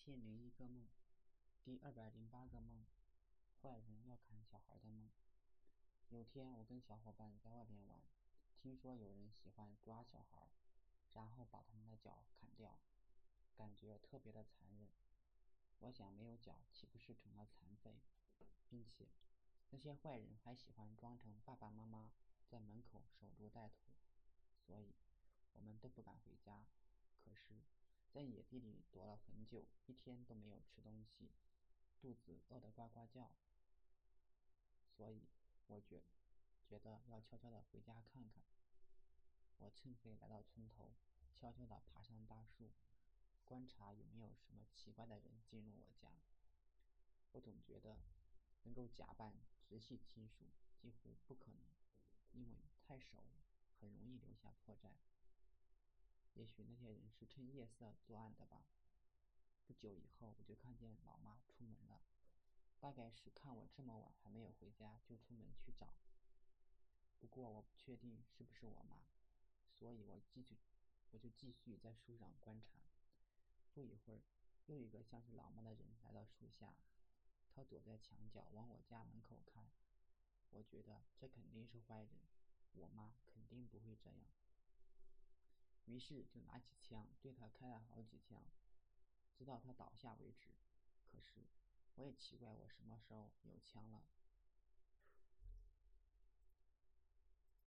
1001个梦，第208个梦，坏人要砍小孩的梦。有天我跟小伙伴在外边玩，听说有人喜欢抓小孩，然后把他们的脚砍掉，感觉特别的残忍。我想没有脚岂不是成了残废？并且那些坏人还喜欢装成爸爸妈妈在门口守株待兔，所以我们都不敢回家。可是在野地里躲了很久，一天都没有吃东西，肚子饿得呱呱叫，所以我觉得要悄悄地回家看看。我趁黑来到村头，悄悄地爬上大树，观察有没有什么奇怪的人进入我家。我总觉得能够假扮直系亲属几乎不可能，因为太熟了，很容易留下破绽。也许那些人是趁夜色作案的吧。不久以后，我就看见老妈出门了，大概是看我这么晚还没有回家，就出门去找。不过我不确定是不是我妈，所以我就继续在树上观察。不一会儿，又一个像是老妈的人来到树下，他躲在墙角往我家门口看。我觉得这肯定是坏人，我妈肯定不会这样。于是就拿起枪对他开了好几枪，直到他倒下为止。可是我也奇怪，我什么时候有枪了？